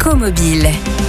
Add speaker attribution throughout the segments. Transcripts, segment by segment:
Speaker 1: Écomobile.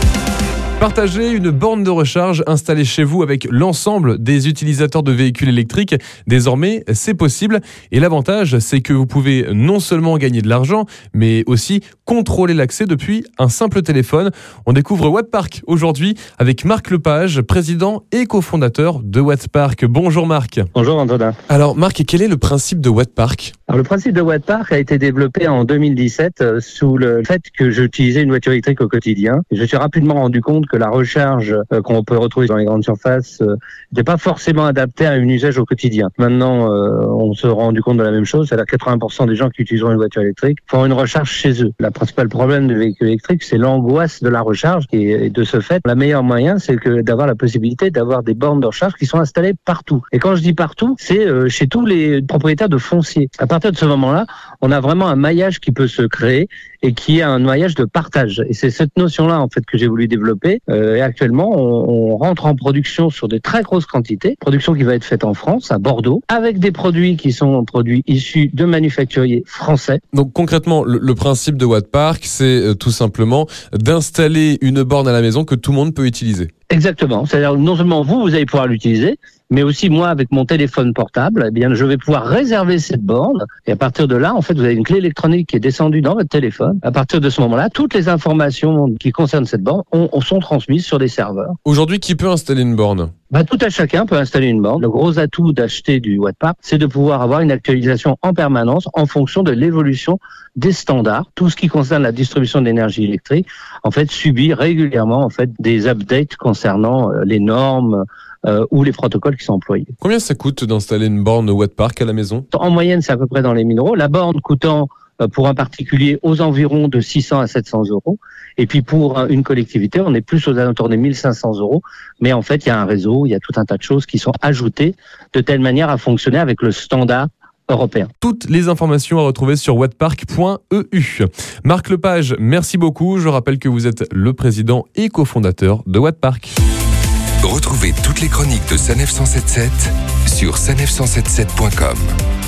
Speaker 2: Partagez une borne de recharge installée chez vous avec l'ensemble des utilisateurs de véhicules électriques. Désormais, c'est possible. Et l'avantage, c'est que vous pouvez non seulement gagner de l'argent, mais aussi contrôler l'accès depuis un simple téléphone. On découvre Wattpark aujourd'hui avec Marc Lepage, président et cofondateur de Wattpark. Bonjour Marc.
Speaker 3: Bonjour Antonin.
Speaker 2: Alors Marc, quel est le principe de Wattpark ?
Speaker 3: Alors, le principe de Wattpark a été développé en 2017 sous le fait que j'utilisais une voiture électrique au quotidien. Et je me suis rapidement rendu compte que la recharge qu'on peut retrouver dans les grandes surfaces n'était pas forcément adaptée à un usage au quotidien. Maintenant, on se rend compte de la même chose, c'est-à-dire 80% des gens qui utiliseront une voiture électrique font une recharge chez eux. Le principal problème du véhicule électrique, c'est l'angoisse de la recharge. Et de ce fait, le meilleur moyen, c'est d'avoir la possibilité d'avoir des bornes de recharge qui sont installées partout. Et quand je dis partout, c'est chez tous les propriétaires de foncier. À partir de ce moment-là, on a vraiment un maillage qui peut se créer et qui est un maillage de partage. Et c'est cette notion-là, en fait, que j'ai voulu développer. Et actuellement, on rentre en production sur de très grosses quantités. Production qui va être faite en France, à Bordeaux, avec des produits qui sont produits issus de manufacturiers français.
Speaker 2: Donc concrètement, le principe de Wattpark, c'est tout simplement d'installer une borne à la maison que tout le monde peut utiliser.
Speaker 3: Exactement. C'est-à-dire non seulement vous allez pouvoir l'utiliser, mais aussi moi, avec mon téléphone portable, eh bien, je vais pouvoir réserver cette borne. Et à partir de là, en fait, vous avez une clé électronique qui est descendue dans votre téléphone. À partir de ce moment-là, toutes les informations qui concernent cette borne sont transmises sur des serveurs.
Speaker 2: Aujourd'hui, qui peut installer une borne ?
Speaker 3: Tout à chacun peut installer une borne. Le gros atout d'acheter du Wattpark, c'est de pouvoir avoir une actualisation en permanence en fonction de l'évolution des standards. Tout ce qui concerne la distribution d'énergie électrique, en fait, subit régulièrement, en fait, des updates concernant les normes, ou les protocoles qui sont employés.
Speaker 2: Combien ça coûte d'installer une borne Wattpark à la maison ?
Speaker 3: En moyenne, c'est à peu près dans les 1 000 €. La borne coûtant pour un particulier aux environs de 600 à 700 €. Et puis pour une collectivité, on est plus aux alentours des 1 500 €. Mais en fait, il y a un réseau, il y a tout un tas de choses qui sont ajoutées de telle manière à fonctionner avec le standard européen.
Speaker 2: Toutes les informations à retrouver sur wattpark.eu. Marc Lepage, merci beaucoup. Je rappelle que vous êtes le président et cofondateur de Wattpark.
Speaker 4: Retrouvez toutes les chroniques de Sanef 177 sur sanef177.com.